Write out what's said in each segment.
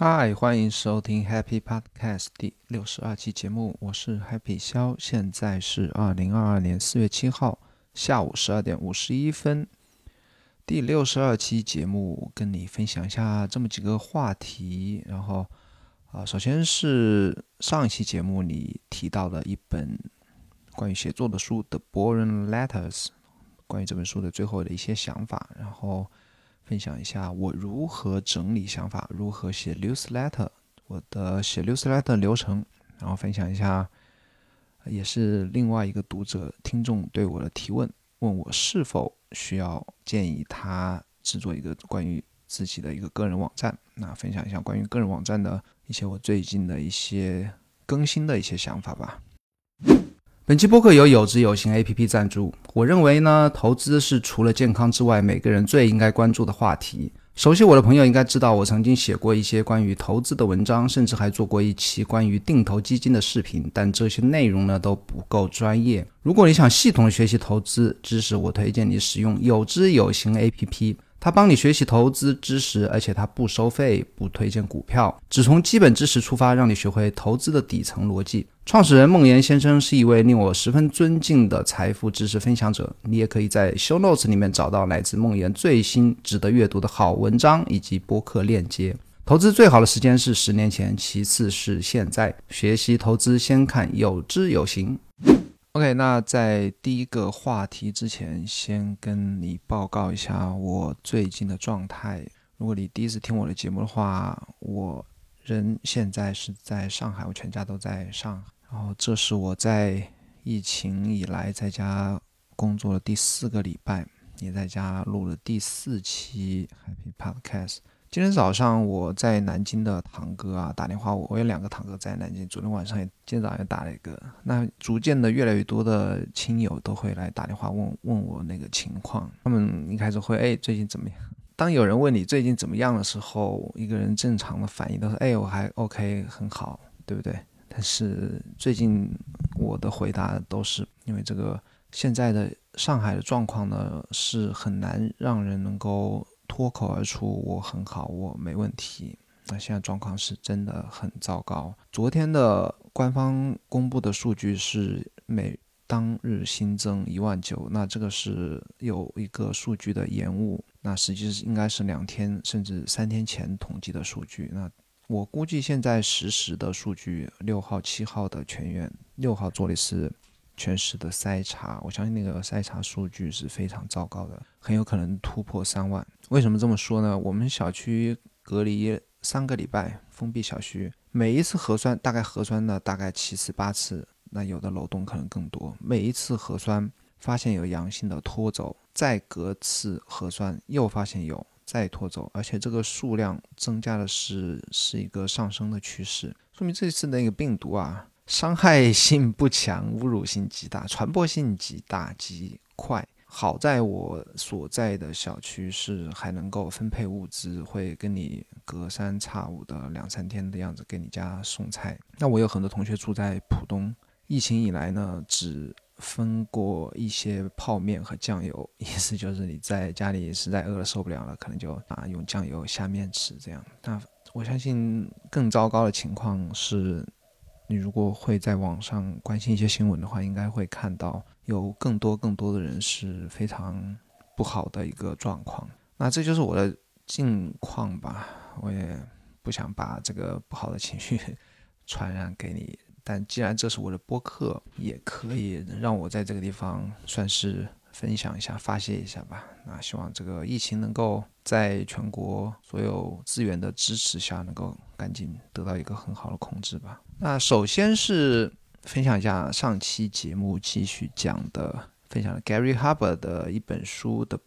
嗨，欢迎收听 Happy Podcast 第62期节目，我是 Happy 肖，现在是2022年4月7号下午12点51分。第62期节目跟你分享一下这么几个话题，然后首先是上一期节目里提到的一本关于写作的书《The Boring Letters》，关于这本书的最后的一些想法，然后分享一下我如何整理想法，如何写 newsletter， 我的写 newsletter 流程，然后分享一下，也是另外一个读者听众对我的提问，问我是否需要建议他制作一个关于自己的一个个人网站，那分享一下关于个人网站的一些我最近的一些更新的一些想法吧。本期播客由有知有行 APP 赞助。我认为呢，投资是除了健康之外，每个人最应该关注的话题。熟悉我的朋友应该知道，我曾经写过一些关于投资的文章，甚至还做过一期关于定投基金的视频，但这些内容呢都不够专业。如果你想系统的学习投资知识，我推荐你使用有知有行 APP。它帮你学习投资知识，而且它不收费，不推荐股票，只从基本知识出发，让你学会投资的底层逻辑。创始人孟岩先生是一位令我十分尊敬的财富知识分享者，你也可以在 show notes 里面找到来自孟岩最新值得阅读的好文章以及播客链接。投资最好的时间是10年前，其次是现在。学习投资先看有知有行。OK， 那在第一个话题之前，先跟你报告一下我最近的状态。如果你第一次听我的节目的话，我人现在是在上海，我全家都在上海。然后这是我在疫情以来在家工作的第4个礼拜，也在家录了第4期 Happy Podcast。今天早上我在南京的堂哥打电话，我有2个堂哥在南京，昨天晚上今天早上也打了一个。那逐渐的越来越多的亲友都会来打电话问我那个情况，他们一开始会最近怎么样？当有人问你最近怎么样的时候，一个人正常的反应都是我还 OK 很好，对不对？但是最近我的回答都是因为这个现在的上海的状况呢，是很难让人能够脱口而出我很好，我没问题。那现在状况是真的很糟糕。昨天的官方公布的数据是每当日新增19000，那这个是有一个数据的延误，那实际应该是2天甚至3天前统计的数据。那我估计现在实时的数据6号7号的全员，6号做的是全市的筛查，我相信那个筛查数据是非常糟糕的，很有可能突破3万。为什么这么说呢？我们小区隔离3个礼拜，封闭小区，每一次核酸大概核酸了大概7次8次，那有的楼栋可能更多。每一次核酸发现有阳性的拖走，再隔次核酸又发现有，再拖走，而且这个数量增加的是一个上升的趋势，说明这次那个病毒伤害性不强，侮辱性极大，传播性极大极快。好在我所在的小区是还能够分配物资，会跟你隔三差五的2、3天的样子给你家送菜。那我有很多同学住在浦东，疫情以来呢，只分过一些泡面和酱油，意思就是你在家里实在饿了受不了了，可能就用酱油下面吃这样。那我相信更糟糕的情况是，你如果会在网上关心一些新闻的话，应该会看到有更多的人是非常不好的一个状况。那这就是我的近况吧，我也不想把这个不好的情绪传染给你，但既然这是我的播客，也可以让我在这个地方算是分享一下发泄一下吧。那希望这个疫情能够在全国所有资源的支持下能够赶紧得到一个很好的控制吧。那首先是分享一下上期节目继续分享了 Gary Hubbard 的一本书 The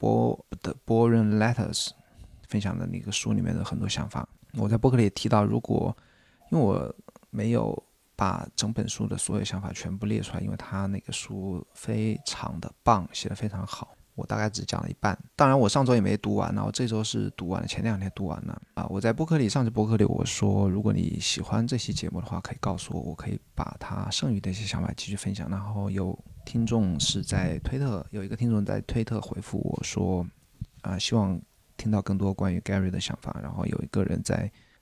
Boring Letters， 分享的那个书里面的很多想法。我在播客里也提到，因为我没有把整本书的所有想法全部列出来，因为他那个书非常的棒，写得非常好，我大概只讲了一半。当然我上周也没读完，我这周是读完了，前2天读完了我在上次播客里我说，如果你喜欢这期节目的话，可以告诉我，我可以把他剩余的一些想法继续分享。然后有听众是在推特，有一个听众在推特回复我说希望听到更多关于 Gary 的想法。然后有一个人在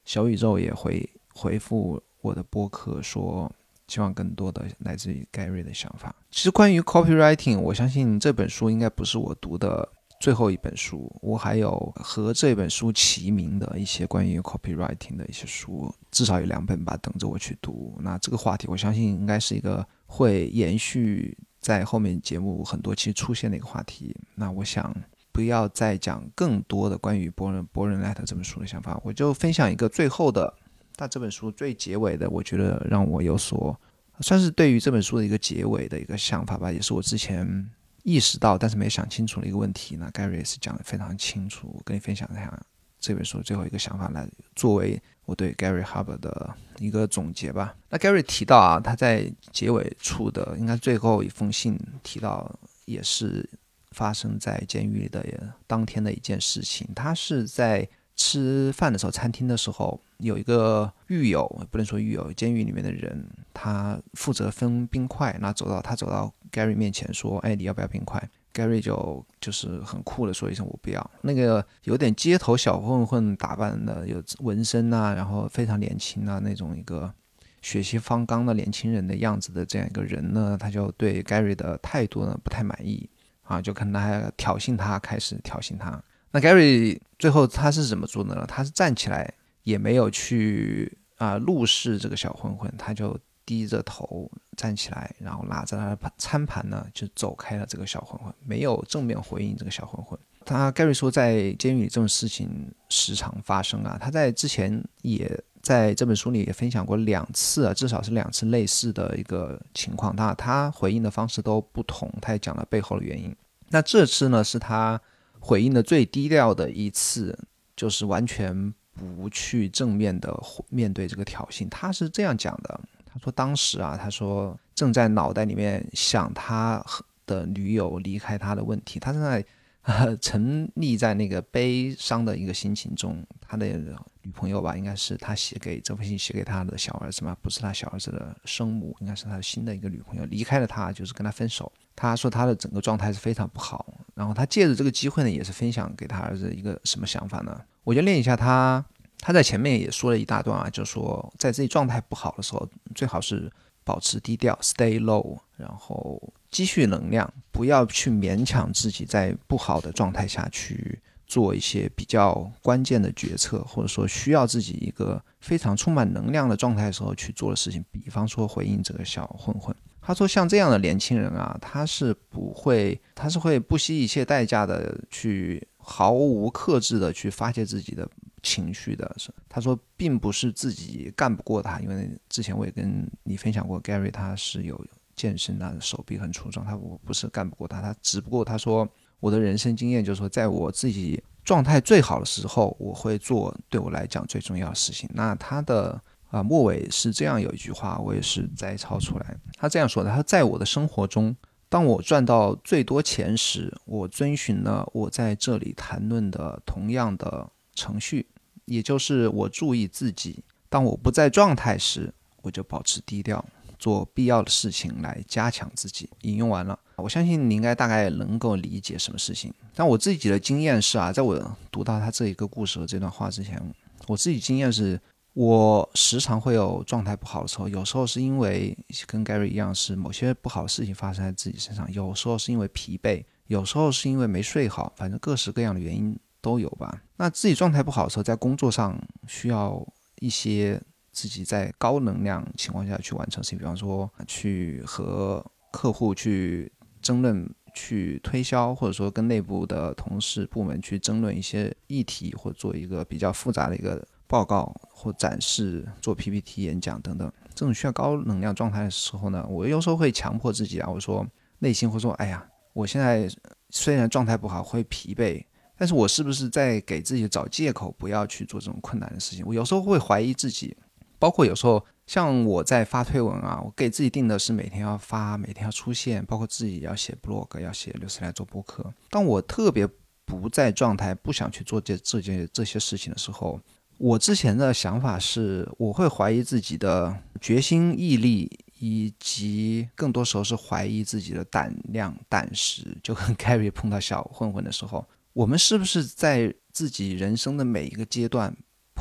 小宇宙也回复我的播客说希望更多的来自于 Gary 的想法。其实关于 copywriting， 我相信这本书应该不是我读的最后一本书，我还有和这本书齐名的一些关于 copywriting 的一些书，至少有2本吧，等着我去读。那这个话题我相信应该是一个会延续在后面节目很多期出现的一个话题。那我想不要再讲更多的关于博人 Let 这本书的想法，我就分享一个最后的，但这本书最结尾的，我觉得让我有所算是对于这本书的一个结尾的一个想法吧，也是我之前意识到但是没想清楚的一个问题。那 Gary 也是讲得非常清楚，我跟你分享一下这本书最后一个想法，来作为我对 Gary Hubbard 的一个总结吧。那 Gary 提到啊，他在结尾处的应该最后一封信提到，也是发生在监狱里的当天的一件事情。他是在吃饭的时候，餐厅的时候，有一个狱友，不能说狱友，监狱里面的人，他负责分冰块，那他走到 Gary 面前说，哎，你要不要冰块？ Gary 就是很酷的说一声我不要。那个有点街头小混混打扮的，有纹身啊，然后非常年轻啊，那种一个血气方刚的年轻人的样子的这样一个人呢，他就对 Gary 的态度呢不太满意啊，就可能还开始挑衅他。那 Gary 最后他是怎么做的呢？他是站起来，也没有去怒视这个小混混，他就低着头站起来，然后拿着他的餐盘呢，就走开了这个小混混，没有正面回应这个小混混。Gary 说，在监狱里这种事情时常发生啊，他在之前也在这本书里也分享过2次啊，至少是2次类似的一个情况，他回应的方式都不同，他也讲了背后的原因。那这次呢，是他回应的最低调的一次，就是完全不去正面的面对这个挑衅。他是这样讲的，他说当时啊，他说正在脑袋里面想他的女友离开他的问题，他正在沉溺在那个悲伤的一个心情中。他的女朋友吧，应该是他这封信写给他的小儿子嘛，不是他小儿子的生母，应该是他的新的一个女朋友离开了他，就是跟他分手。他说他的整个状态是非常不好，然后他借着这个机会呢，也是分享给他儿子一个什么想法呢？我就练一下他在前面也说了一大段啊，就说在自己状态不好的时候，最好是保持低调 stay low， 然后积蓄能量，不要去勉强自己在不好的状态下去做一些比较关键的决策，或者说需要自己一个非常充满能量的状态的时候去做的事情，比方说回应这个小混混。他说像这样的年轻人啊，他是会不惜一切代价的去毫无克制的去发泄自己的情绪的。他说并不是自己干不过他，因为之前我也跟你分享过 Gary 他是有健身的，手臂很粗壮，我不是干不过他，他只不过他说我的人生经验就是说，在我自己状态最好的时候，我会做对我来讲最重要的事情。那他的末尾是这样有一句话，我也是摘抄出来，他这样说的，他在我的生活中，当我赚到最多钱时，我遵循了我在这里谈论的同样的程序，也就是我注意自己，当我不在状态时，我就保持低调，做必要的事情来加强自己。引用完了，我相信你应该大概能够理解什么事情。但我自己的经验是在我读到他这一个故事和这段话之前，我自己经验是，我时常会有状态不好的时候，有时候是因为跟 Gary 一样，是某些不好的事情发生在自己身上，有时候是因为疲惫，有时候是因为没睡好，反正各式各样的原因都有吧。那自己状态不好的时候，在工作上需要一些自己在高能量情况下去完成事情，比方说去和客户去争论，去推销，或者说跟内部的同事部门去争论一些议题，或者做一个比较复杂的一个报告或展示，做 PPT 演讲等等，这种需要高能量状态的时候呢，我有时候会强迫自己我说内心会说，哎呀，我现在虽然状态不好，会疲惫，但是我是不是在给自己找借口不要去做这种困难的事情？我有时候会怀疑自己，包括有时候像我在发推文我给自己定的是每天要发，每天要出现，包括自己要写 blog， 要写60来做播客。当我特别不在状态，不想去做这些事情的时候，我之前的想法是，我会怀疑自己的决心、毅力，以及更多时候是怀疑自己的胆量、胆识。就跟 Gary 碰到小混混的时候，我们是不是在自己人生的每一个阶段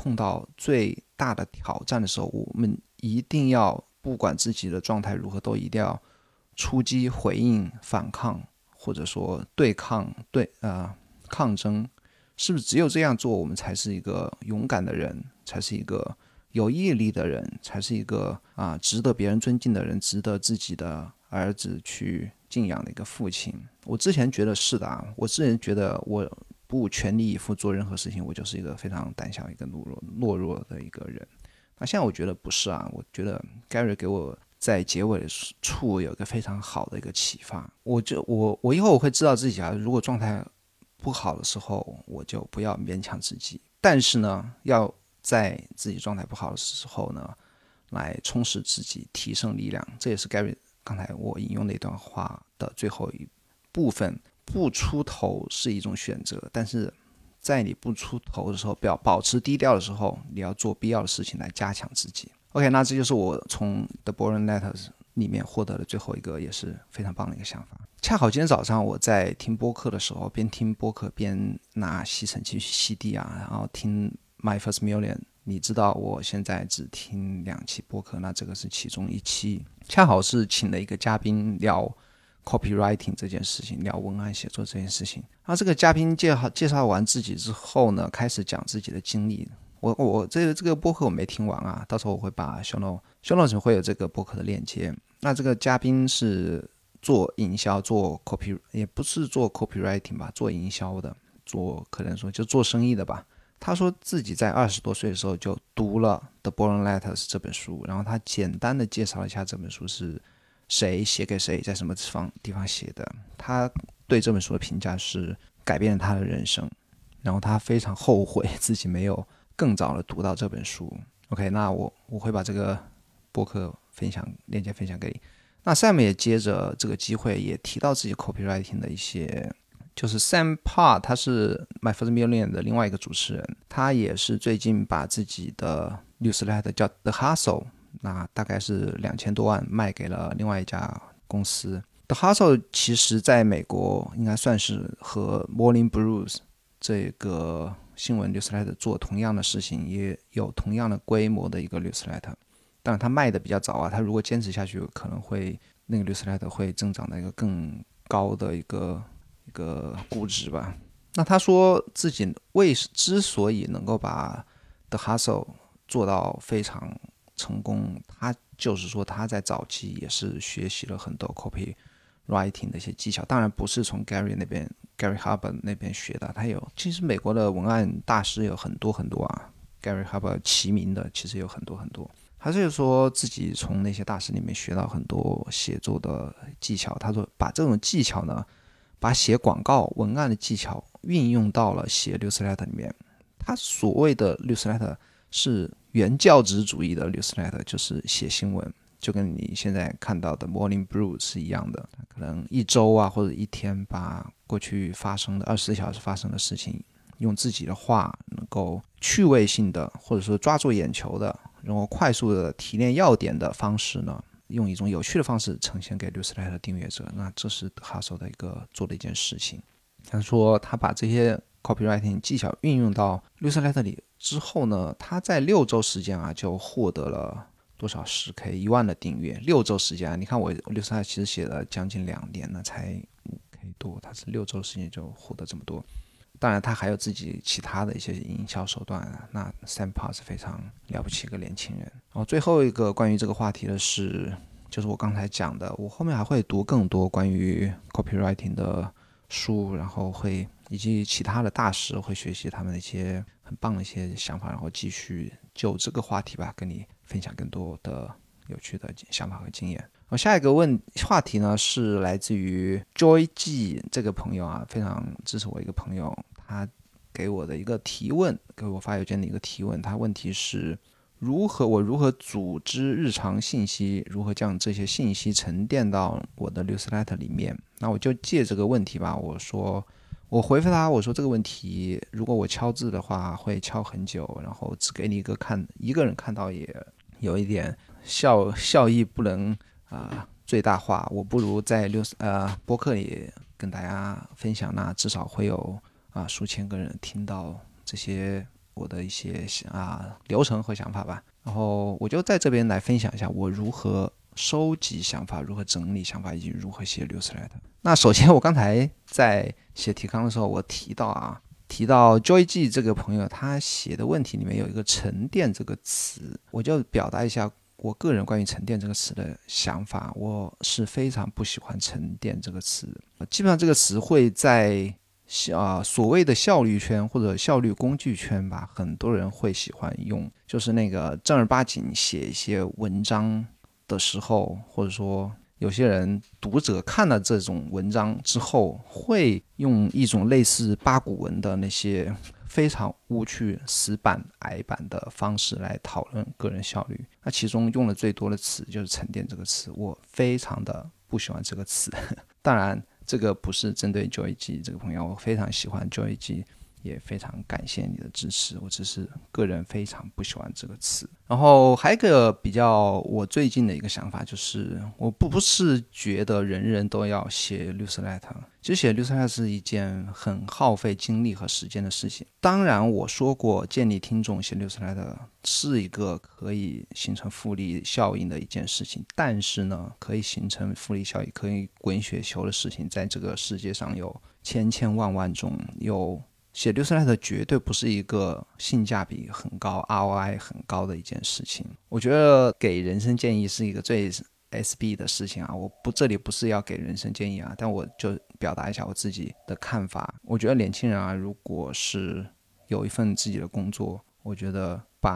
碰到最大的挑战的时候，我们一定要不管自己的状态如何，都一定要出击、回应、反抗，或者说对抗、抗争。是不是只有这样做，我们才是一个勇敢的人，才是一个有毅力的人，才是一个值得别人尊敬的人，值得自己的儿子去敬仰的一个父亲？我之前觉得是的我之前觉得我不全力以赴做任何事情，我就是一个非常胆小、一个懦弱的一个人。那现在我觉得不是我觉得 Gary 给我在结尾处有一个非常好的一个启发。我以后我会知道自己如果状态不好的时候，我就不要勉强自己，但是呢，要在自己状态不好的时候呢，来充实自己，提升力量。这也是 Gary 刚才我引用的一段话的最后一部分。不出头是一种选择，但是在你不出头的时候，不要保持低调的时候，你要做必要的事情来加强自己。OK， 那这就是我从 The Boring Letters 里面获得的最后一个也是非常棒的一个想法。恰好今天早上我在听播客的时候，边听播客边拿吸尘器去吸地然后听 My First Million。你知道我现在只听2期播客，那这个是其中一期，恰好是请了一个嘉宾聊 copywriting 这件事情，聊文案写作这件事情。然后这个嘉宾介绍完自己之后呢，开始讲自己的经历。我这个播客我没听完到时候我会把 show notes 会有这个播客的链接。那这个嘉宾是做营销，也不是做 copywriting 吧，做营销的，可能说就做生意的吧。他说自己在20多岁的时候就读了 The Boring Letters 这本书，然后他简单的介绍了一下这本书是谁写给谁，在什么地方写的。他对这本书的评价是改变了他的人生，然后他非常后悔自己没有更早的读到这本书。 OK， 那我会把这个播客链接分享给你。那 Sam 也接着这个机会也提到自己 copywriting 的一些，就是 Sam Parr 他是 My First Million 的另外一个主持人，他也是最近把自己的 newsletter 叫 The Hustle， 那大概是2000多万卖给了另外一家公司。 The Hustle 其实在美国应该算是和 Morning Brews 这个新闻 newsletter 做同样的事情，也有同样的规模的一个 newsletter。当然他卖的比较早他如果坚持下去，可能会那个 newsletter 会增长到一个更高的一个估值吧。那他说自己之所以能够把 The Hustle 做到非常成功，他就是说他在早期也是学习了很多 copywriting 的一些技巧，当然不是从 Gary Hubbard 那边学的，其实美国的文案大师有很多很多Gary Hubbard 齐名的其实有很多很多。他就是说自己从那些大师里面学到很多写作的技巧，他说把这种技巧呢，把写广告文案的技巧运用到了写 newsletter 里面。他所谓的 newsletter 是原教旨主义的 newsletter， 就是写新闻，就跟你现在看到的 Morning Brew 是一样的，可能一周或者一天把过去发生的24小时发生的事情，用自己的话能够趣味性的或者说抓住眼球的，然后快速的提炼要点的方式呢，用一种有趣的方式呈现给 newsletter 订阅者。那这是 Hustle 的做的一件事情。他说他把这些 copywriting 技巧运用到 newsletter 里之后呢，他在6周时间就获得了多少10K 1万的订阅。6周时间你看我 newsletter 其实写了将近2年了，才5K 多，他是6周时间就获得这么多。当然他还有自己其他的一些营销手段那 Sam Parr 是非常了不起一个年轻人。然后最后一个关于这个话题的是，就是我刚才讲的，我后面还会读更多关于 copywriting 的书，然后以及其他的大师会学习他们的一些很棒的一些想法，然后继续就这个话题吧跟你分享更多的有趣的想法和经验。下一个话题呢是来自于 Joy G 这个朋友非常支持我一个朋友，他给我的一个提问，给我发邮件的一个提问。他问题是如何组织日常信息，如何将这些信息沉淀到我的 newsletter 里面。那我就借这个问题吧，我回复他，我说这个问题如果我敲字的话会敲很久，然后只给你一个人看到也有一点效益不能最大化，我不如在播客里跟大家分享，那至少会有数千个人听到这些我的一些流程和想法吧。然后我就在这边来分享一下我如何收集想法，如何整理想法，以及如何写 newsletter。那首先我刚才在写提纲的时候，我提到 Joy G 这个朋友他写的问题里面有一个沉淀这个词，我就表达一下我个人关于沉淀这个词的想法。我是非常不喜欢沉淀这个词，基本上这个词会在所谓的效率圈或者效率工具圈吧，很多人会喜欢用，就是那个正儿八经写一些文章的时候，或者说有些人读者看了这种文章之后，会用一种类似八股文的那些非常无趣、死板、矮板的方式来讨论个人效率。那其中用的最多的词就是沉淀这个词，我非常的不喜欢这个词。当然这个不是针对 Joy G 这个朋友，我非常喜欢 Joy G， 也非常感谢你的支持，我只是个人非常不喜欢这个词。然后还有一个比较我最近的一个想法，就是我不是觉得人人都要写 newsletter， 其实写 newsletter 是一件很耗费精力和时间的事情。当然我说过建立听众写 newsletter 是一个可以形成复利效应的一件事情，但是呢，可以形成复利效应可以滚雪球的事情在这个世界上有千千万万种，写 newsletter 绝对不是一个性价比很高 ROI 很高的一件事情。我觉得给人生建议是一个最 SB 的事情啊，这里不是要给人生建议啊，但我就表达一下我自己的看法。我觉得年轻人啊，如果是有一份自己的工作，我觉得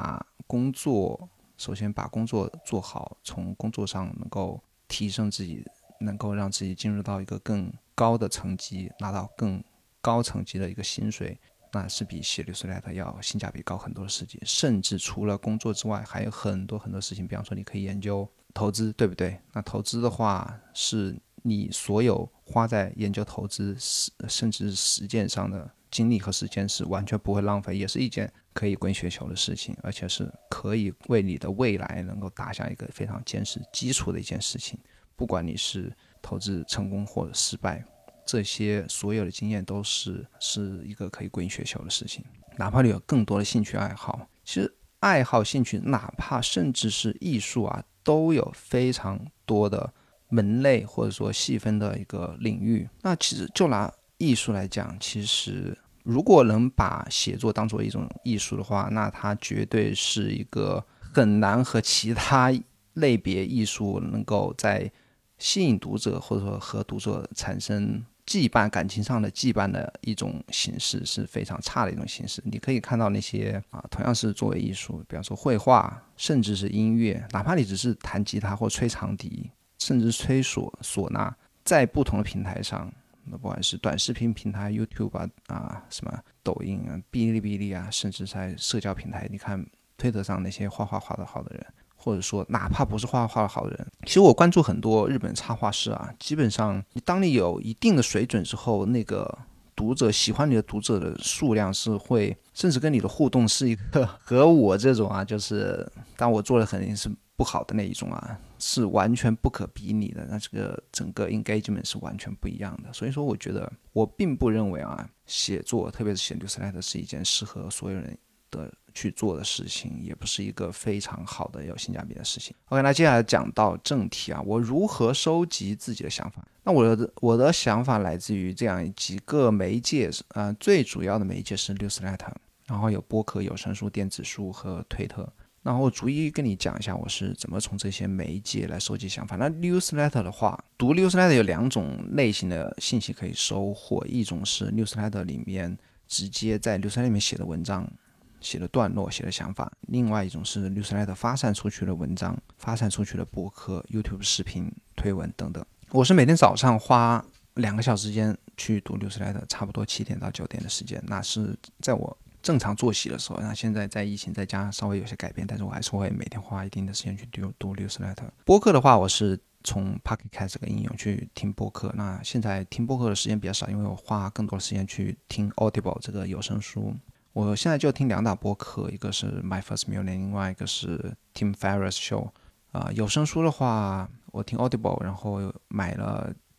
首先把工作做好，从工作上能够提升自己，能够让自己进入到一个更高的层级，拿到更高层级的一个薪水，那是比写 newsletter 要性价比高很多的事情。甚至除了工作之外，还有很多很多事情，比方说你可以研究投资，对不对？那投资的话，是你所有花在研究投资甚至是实践上的精力和时间是完全不会浪费，也是一件可以滚雪球的事情，而且是可以为你的未来能够打下一个非常坚实基础的一件事情。不管你是投资成功或者失败，这些所有的经验都是一个可以滚雪球的事情。哪怕你有更多的兴趣爱好，其实爱好兴趣哪怕甚至是艺术啊，都有非常多的门类或者说细分的一个领域。那其实就拿艺术来讲，其实如果能把写作当作一种艺术的话，那它绝对是一个很难和其他类别艺术能够在吸引读者或者说和读者产生感情上的羁绊的一种形式，是非常差的一种形式。你可以看到那些同样是作为艺术，比方说绘画，甚至是音乐，哪怕你只是弹吉他或吹长笛，甚至吹唢呐，在不同的平台上，不管是短视频平台 YouTube 什么抖音啊、哔哩哔哩啊，甚至在社交平台，你看推特上那些画得好的人，或者说哪怕不是画得好的人，其实我关注很多日本插画师啊，基本上当你有一定的水准之后，那个喜欢你的读者的数量是会，甚至跟你的互动是一个和我这种就是当我做的肯定是不好的那一种是完全不可比拟的，那这个整个 engagement 是完全不一样的。所以说我觉得我并不认为写作特别是写 newsletter 是一件适合所有人的去做的事情，也不是一个非常好的有性价比的事情。 OK， 那接下来讲到正题我如何收集自己的想法。那我的想法来自于这样几个媒介最主要的媒介是 newsletter， 然后有播客、有声书、电子书和推特。然后逐一跟你讲一下我是怎么从这些媒介来收集想法。那 newsletter 的话，读 newsletter 有两种类型的信息可以收获，一种是 newsletter 里面直接在 newsletter 里面写的文章、写的段落、写的想法，另外一种是 newsletter 发散出去的文章、发散出去的博客、YouTube 视频、推文等等。我是每天早上花2个小时间去读 newsletter， 差不多7点到9点的时间，那是在我正常作息的时候。那现在在疫情在家稍微有些改变，但是我还是会每天花一定的时间去读 newsletter。播客的话，我是从 Pocket Cast 这个应用去听播客，那现在听播客的时间比较少，因为我花更多的时间去听 Audible 这个有声书。我现在就听2档播客，一个是 My First Million， 另外一个是 Tim Ferriss Show。有声书的话，我听 Audible， 然后买了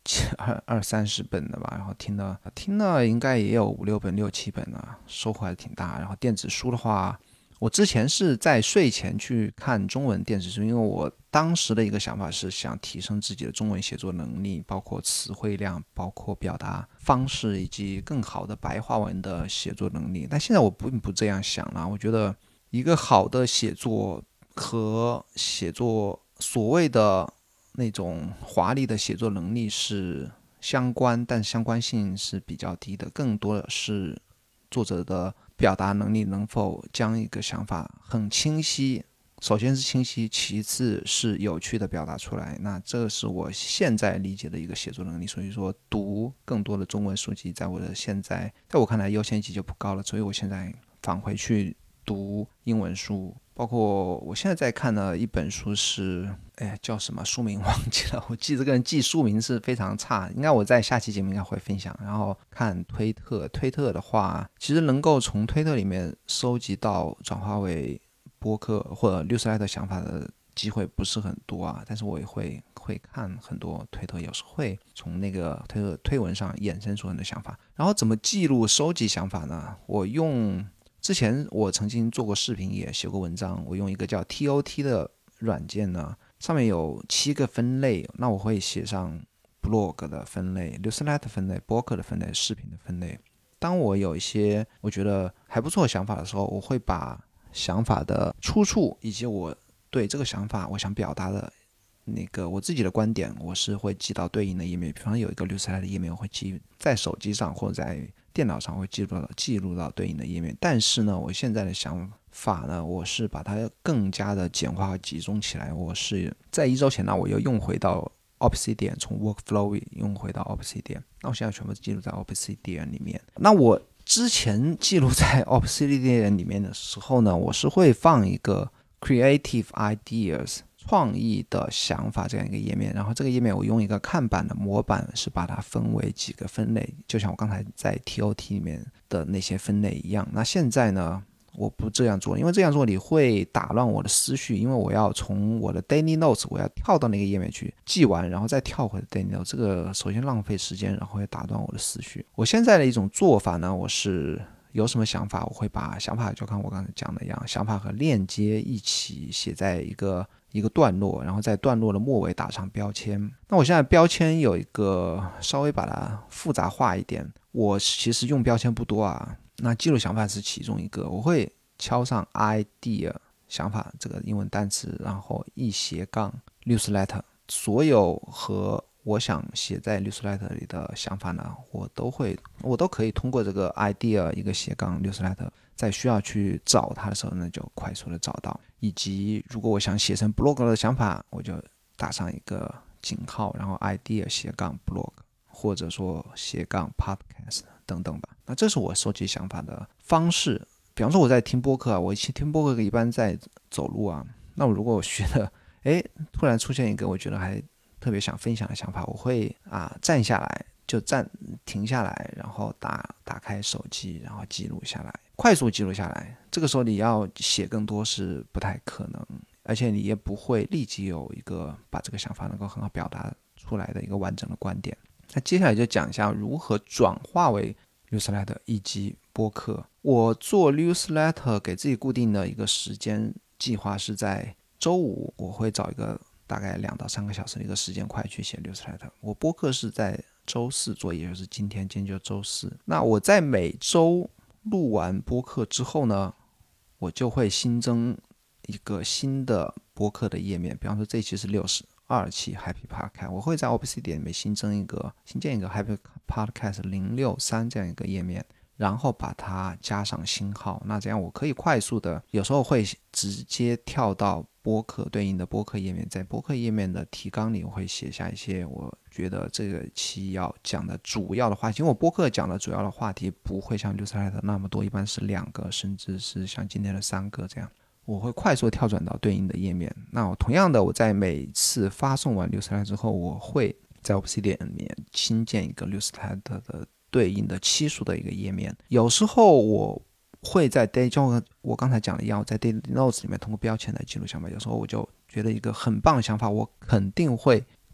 二三十本的吧，然后听了应该也有5-6本、6-7本了，收获还挺大。然后电子书的话，我之前是在睡前去看中文电子书，因为我当时的一个想法是想提升自己的中文写作能力，包括词汇量，包括表达方式，以及更好的白话文的写作能力。但现在我并不这样想了，我觉得一个好的写作和写作所谓的那种华丽的写作能力是相关，但相关性是比较低的，更多的是作者的表达能力能否将一个想法很清晰，首先是清晰，其次是有趣的表达出来。那这是我现在理解的一个写作能力，所以说读更多的中文书籍在我看来优先级就不高了，所以我现在返回去读英文书。包括我现在在看的一本书是叫什么书名忘记了，我记这个人记书名是非常差，应该我在下期节目应该会分享。然后看推特的话，其实能够从推特里面收集到转化为播客或者newsletter想法的机会不是很多啊，但是我也会看很多推特，有时会从那个推文上衍生出很多想法。然后怎么记录收集想法呢？之前我曾经做过视频，也写过文章，我用一个叫 TOT 的软件呢，上面有7个分类，那我会写上 blog 的分类、newsletter 分类、播客的分类、视频的分类。当我有一些我觉得还不错的想法的时候，我会把想法的出处以及我对这个想法我想表达的那个我自己的观点，我是会记到对应的页面。比方有一个 newsletter 的页面，我会记在手机上或者在电脑上会记录到对应的页面。但是呢，我现在的想法呢，我是把它更加的简化和集中起来。我是在1周前呢，我又用回到 Obsidian， 从 Workflow 用回到 Obsidian， 那我现在全部记录在 Obsidian 里面。那我之前记录在 Obsidian 里面的时候呢，我是会放一个 Creative Ideas 创意的想法这样一个页面，然后这个页面我用一个看板的模板是把它分为几个分类，就像我刚才在 TOT 里面的那些分类一样。那现在呢，我不这样做，因为这样做你会打乱我的思绪，因为我要从我的 Daily Notes 我要跳到那个页面去记完，然后再跳回 Daily Notes， 这个首先浪费时间，然后会打断我的思绪。我现在的一种做法呢，我是有什么想法，我会把想法就看我刚才讲的一样，想法和链接一起写在一个段落，然后在段落的末尾打上标签。那我现在标签有一个稍微把它复杂化一点，我其实用标签不多啊，那记录想法是其中一个，我会敲上 idea 想法这个英文单词，然后1/newsletter， 所有和我想写在 newsletter 里的想法呢，我都可以通过这个 idea 1/newsletter， 在需要去找它的时候呢，就快速的找到。以及如果我想写成 blog 的想法，我就打上一个井号，然后 idea-blog 或者说-podcast 等等吧。那这是我收集想法的方式。比方说我在听播客啊，我听播客一般在走路啊，那我如果我觉得突然出现一个我觉得还特别想分享的想法，我会站下来，停下来，然后打开手机，然后记录下来，快速记录下来。这个时候你要写更多是不太可能，而且你也不会立即有一个把这个想法能够很好表达出来的一个完整的观点。那接下来就讲一下如何转化为 newsletter 以及播客。我做 newsletter 给自己固定的一个时间计划是在周五，我会找一个大概2到3个小时的一个时间块去写 newsletter。我播客是在周4做，也就是今天就周4。那我在每周录完播客之后呢，我就会新增一个新的播客的页面。比方说这一期是62期 Happy Podcast， 我会在 Obsidian 里面新建一个 Happy Podcast 063这样一个页面，然后把它加上星号。那这样我可以快速的，有时候会直接跳到播客对应的播客页面，在播客页面的提纲里我会写下一些我觉得这个期要讲的主要的话题，因为我播客讲的主要的话题不会像 newsletter 那么多，一般是2个甚至是像今天的3个这样，我会快速跳转到对应的页面。那同样的，我在每次发送完 newsletter 之后，我会在 Obsidian 里面新建一个 newsletter 的对应的期数的一个页面。有时候我会在就我刚才讲的一样，在 Daily Notes 里面通过标签来记录想法。有时候我就觉得一个很棒的想法，我肯定会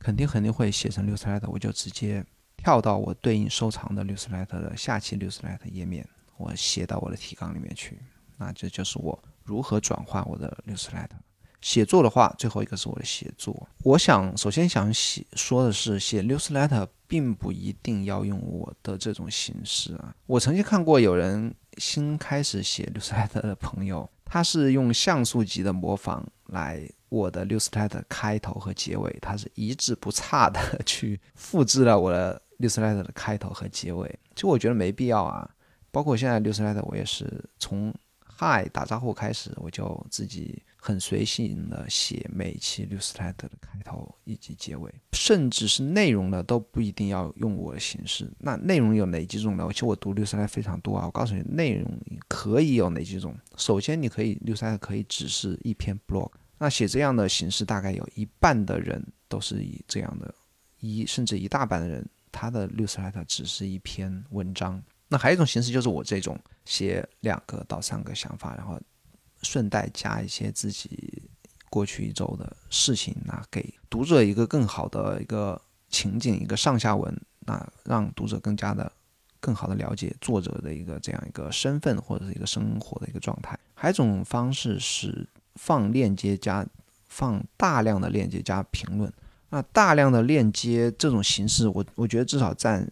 肯定会写成 newsletter， 我就直接跳到我对应收藏的 newsletter 的下期 newsletter 页面，我写到我的提纲里面去。那这就是我如何转换我的 newsletter。写作的话，最后一个是我的写作。我首先想说的是，写 newsletter 并不一定要用我的这种形式啊。我曾经看过有人新开始写 newsletter 的朋友，他是用像素级的模仿来我的 newsletter 开头和结尾，他是一字不差的去复制了我的 newsletter 的开头和结尾。其实我觉得没必要啊。包括现在 newsletter 我也是从嗨打招呼开始，我就自己很随性的写每一期 newsletter 的开头以及结尾，甚至是内容的都不一定要用我的形式。那内容有哪几种呢？其实我读 newsletter 非常多啊，我告诉你内容可以有哪几种。首先你可以 newsletter 可以只是一篇 blog， 那写这样的形式大概有一半的人都是以这样的，甚至一大半的人他的 newsletter 只是一篇文章。那还有一种形式就是我这种写2个到3个想法，然后顺带加一些自己过去一周的事情，那给读者一个更好的一个情景，一个上下文，那让读者更好的了解作者的一个这样一个身份或者是一个生活的一个状态。还有一种方式是放大量的链接加评论。那大量的链接这种形式，我觉得至少占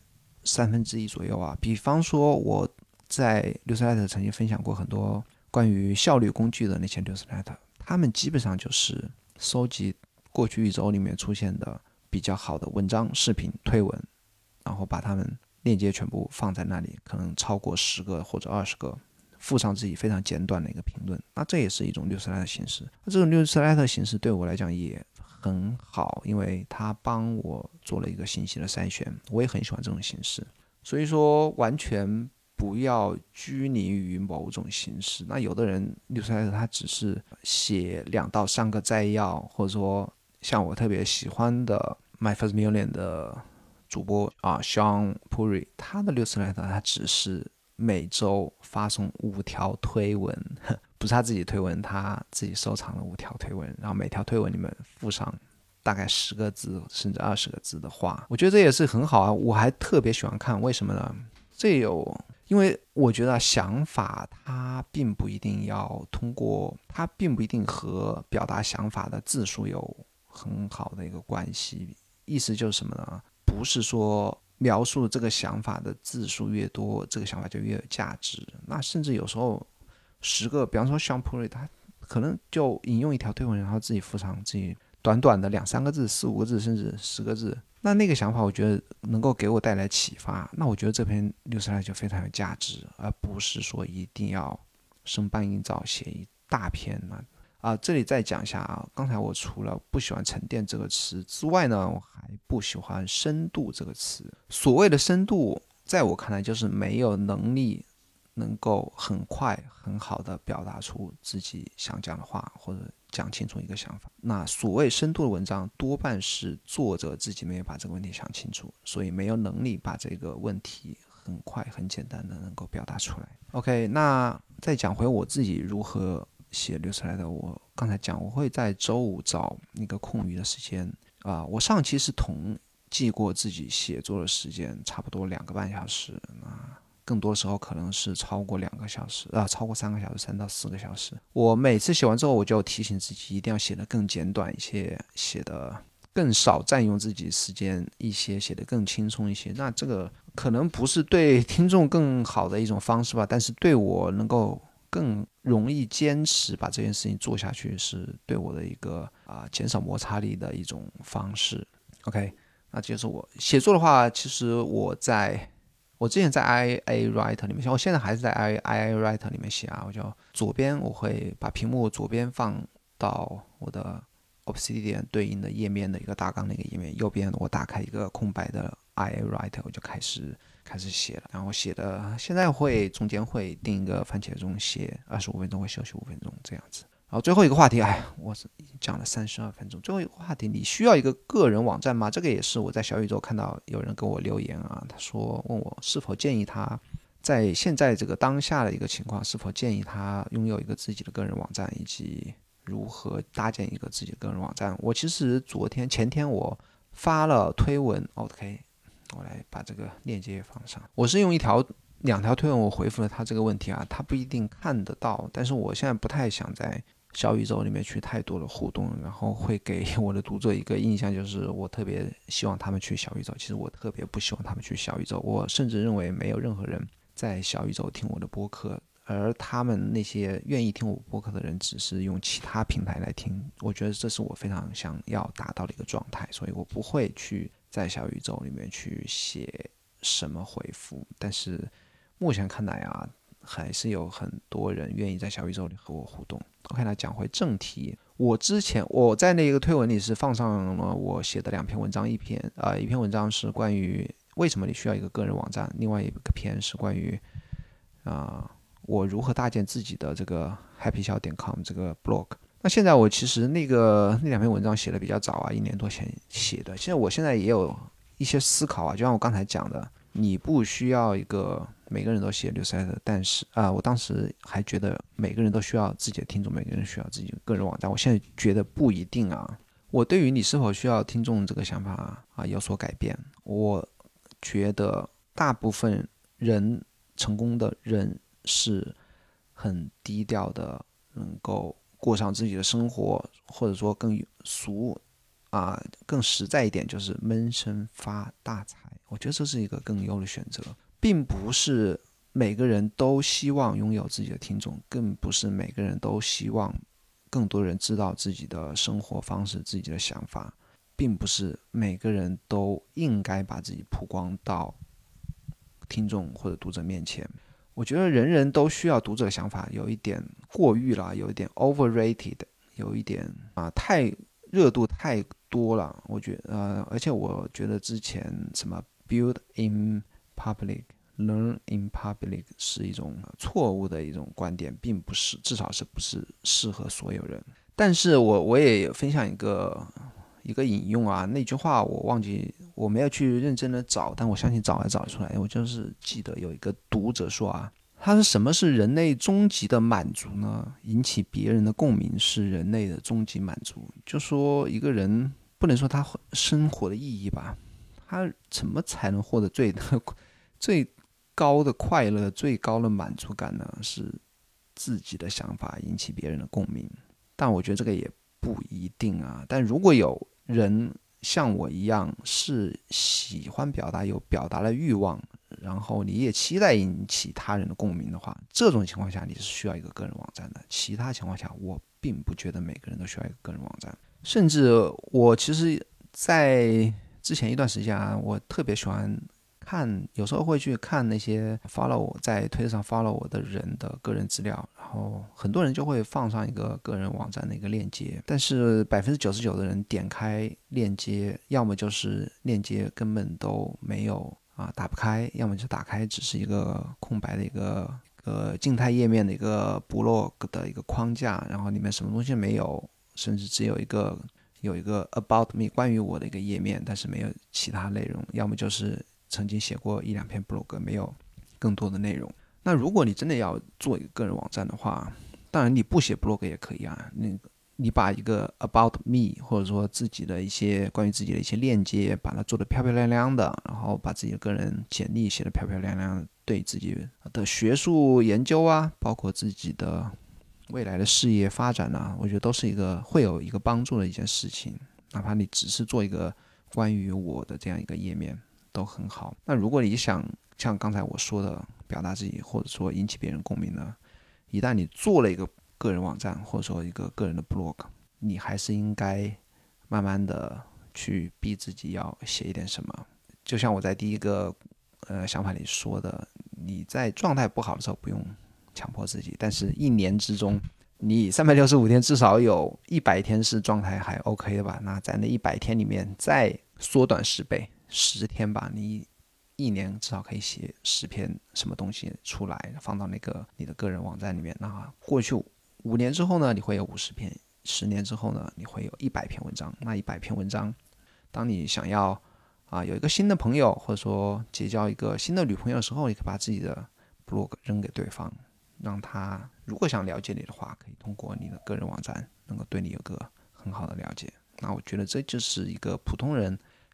1/3左右啊。比方说我在 newsletter 曾经分享过很多关于效率工具的那些 newsletter， 他们基本上就是收集过去一周里面出现的比较好的文章、视频、推文，然后把它们链接全部放在那里，可能超过10个或者20个，附上自己非常简短的一个评论。那这也是一种 newsletter 形式。那这种 newsletter 形式对我来讲也很好，因为它帮我做了一个信息的筛选，我也很喜欢这种形式。所以说完全不要拘泥于某种形式。那有的人 newsletter 他只是写2到3个摘要，或者说像我特别喜欢的 My First Million 的主播Sean Puri， 他的 newsletter 他只是每周发送5条推文，不是他自己推文，他自己收藏了5条推文，然后每条推文里面附上大概10个字甚至20个字的话，我觉得这也是很好啊。我还特别喜欢看，为什么呢？因为我觉得想法它并不一定和表达想法的字数有很好的一个关系。意思就是什么呢？不是说描述这个想法的字数越多，这个想法就越有价值。那甚至有时候10个，比方说 Sean Puri 他可能就引用一条推文，然后自己附上自己短短的2-3个字、4-5个字甚至10个字，那个想法我觉得能够给我带来启发，那我觉得这篇 newsletter 就非常有价值，而不是说一定要生搬硬造写一大篇这里再讲一下啊，刚才我除了不喜欢沉淀这个词之外呢，我还不喜欢深度这个词。所谓的深度在我看来就是没有能力能够很快很好的表达出自己想讲的话，或者讲清楚一个想法。那所谓深度的文章多半是作者自己没有把这个问题想清楚，所以没有能力把这个问题很快很简单的能够表达出来。 OK， 那再讲回我自己如何写newsletter。我刚才讲我会在周5找一个空余的时间我上期是统计过自己写作的时间，差不多2个半小时，更多时候可能是超过2个小时超过3个小时，3到4个小时。我每次写完之后，我就提醒自己一定要写得更简短一些，写得更少占用自己时间一些，写得更轻松一些。那这个可能不是对听众更好的一种方式吧，但是对我能够更容易坚持把这件事情做下去，是对我的一个减少摩擦力的一种方式。 OK， 那就是我写作的话，其实我之前在 IA Writer 里面写，我现在还是在 IA Writer 里面写我就左边我会把屏幕左边放到我的 Obsidian 对应的页面的一个大纲的一个页面，右边我打开一个空白的 IA Writer， 我就开始写了。然后写的现在中间会定一个番茄钟，写25分钟，会休息5分钟这样子。然后最后一个话题，我已经讲了32分钟。最后一个话题，你需要一个个人网站吗？这个也是我在小宇宙看到有人跟我留言他问我是否建议他在现在这个当下的一个情况，是否建议他拥有一个自己的个人网站，以及如何搭建一个自己的个人网站。我其实前天我发了推文 OK， 我来把这个链接放上。我是用两条推文我回复了他这个问题啊，他不一定看得到，但是我现在不太想在小宇宙里面去太多的互动，然后会给我的读者一个印象，就是我特别希望他们去小宇宙。其实我特别不希望他们去小宇宙，我甚至认为没有任何人在小宇宙听我的播客，而他们那些愿意听我播客的人只是用其他平台来听，我觉得这是我非常想要达到的一个状态，所以我不会去在小宇宙里面去写什么回复。但是目前看来啊，还是有很多人愿意在小宇宙里和我互动。OK， 那讲回正题，我在那个推文里是放上了我写的2篇文章，一篇文章是关于为什么你需要一个个人网站，另外一个篇是关于我如何搭建自己的这个 happyxiao.com 这个 blog。那现在我其实那2篇文章写的比较早啊，1年多前写的。我现在也有一些思考啊，就像我刚才讲的，你不需要一个每个人都写 newsletter， 但是我当时还觉得每个人都需要自己的听众，每个人需要自己的个人网站。我现在觉得不一定啊。我对于你是否需要听众这个想法有所改变。我觉得大部分人成功的人是很低调的，能够过上自己的生活，或者说更更实在一点，就是闷声发大财。我觉得这是一个更优的选择，并不是每个人都希望拥有自己的听众，更不是每个人都希望更多人知道自己的生活方式、自己的想法，并不是每个人都应该把自己曝光到听众或者读者面前。我觉得人人都需要读者的想法，有一点过誉了，有一点 overrated， 有一点太热度太多了。而且我觉得之前什么 build in public、learn in public 是一种错误的一种观点，并不是，至少是不是适合所有人。但是我也分享一个引用啊，那句话我忘记，我没有去认真的找，但我相信找得出来。我就是记得有一个读者说啊，他说什么是人类终极的满足呢？引起别人的共鸣是人类的终极满足。就说一个人不能说他生活的意义吧，他怎么才能获得最高的快乐、最高的满足感呢？是自己的想法引起别人的共鸣。但我觉得这个也不一定啊。但如果有人像我一样是喜欢表达，有表达的欲望，然后你也期待引起他人的共鸣的话，这种情况下你是需要一个个人网站的。其他情况下，我并不觉得每个人都需要一个个人网站。甚至我其实在之前一段时间啊，我特别喜欢有时候会去看那些 follow 我在推特上 follow 我的人的个人资料，然后很多人就会放上一个个人网站的一个链接，但是99%的人点开链接，要么就是链接根本都没有打不开，要么就打开只是一个空白的一个静态页面的一个 blog 的一个框架，然后里面什么东西没有，甚至只有一个 about me 关于我的一个页面，但是没有其他内容，要么就是曾经写过1-2篇 blog， 没有更多的内容。那如果你真的要做一个个人网站的话，当然你不写 blog 也可以啊，你把一个 about me 或者说自己的一些关于自己的一些链接，把它做得漂漂亮亮的，然后把自己的个人简历写得漂漂亮亮的，对自己的学术研究啊，包括自己的未来的事业发展啊，我觉得都是会有一个帮助的一件事情。哪怕你只是做一个关于我的这样一个页面都很好。那如果你想像刚才我说的表达自己，或者说引起别人共鸣呢，一旦你做了一个个人网站，或者说一个个人的 blog， 你还是应该慢慢的去逼自己要写一点什么。就像我在第一个想法里说的，你在状态不好的时候不用强迫自己，但是1年之中你365天至少有100天是状态还 OK 的吧，那在那100天里面再缩短10倍，10天吧，你1年至少可以写10篇什么东西出来，放到那个你的个人网站里面。那过去5年之后呢，你会有50篇；10年之后呢，你会有100篇文章。那100篇文章，当你想要有一个新的朋友，或者说结交一个新的女朋友的时候，你可以把自己的 blog 扔给对方，让他如果想了解你的话，可以通过你的个人网站能够对你有个很好的了解。那我觉得这就是一个普通人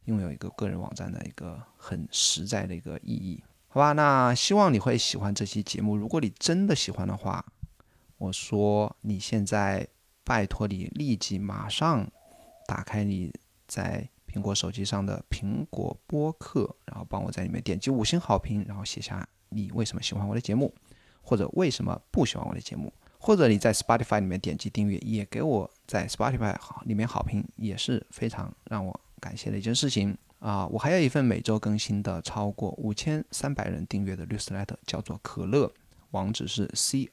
拥有一个个人网站的一个很实在的一个意义。好吧，那希望你会喜欢这期节目。如果你真的喜欢的话，我说你现在拜托你立即马上打开你在苹果手机上的苹果播客，然后帮我在里面点击5星好评，然后写下你为什么喜欢我的节目，或者为什么不喜欢我的节目，或者你在 Spotify 里面点击订阅，也给我在 Spotify 里面好评，也是非常让我感谢的一件事情啊！我还有一份每周更新的超过5300人订阅的 newsletter， 叫做可乐，网址是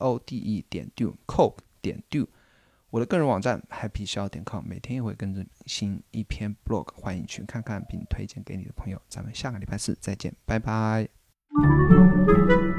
code.do。我的个人网站 happyshow.com 每天也会更新一篇 blog， 欢迎去看看并推荐给你的朋友。咱们下个礼拜四再见，拜拜。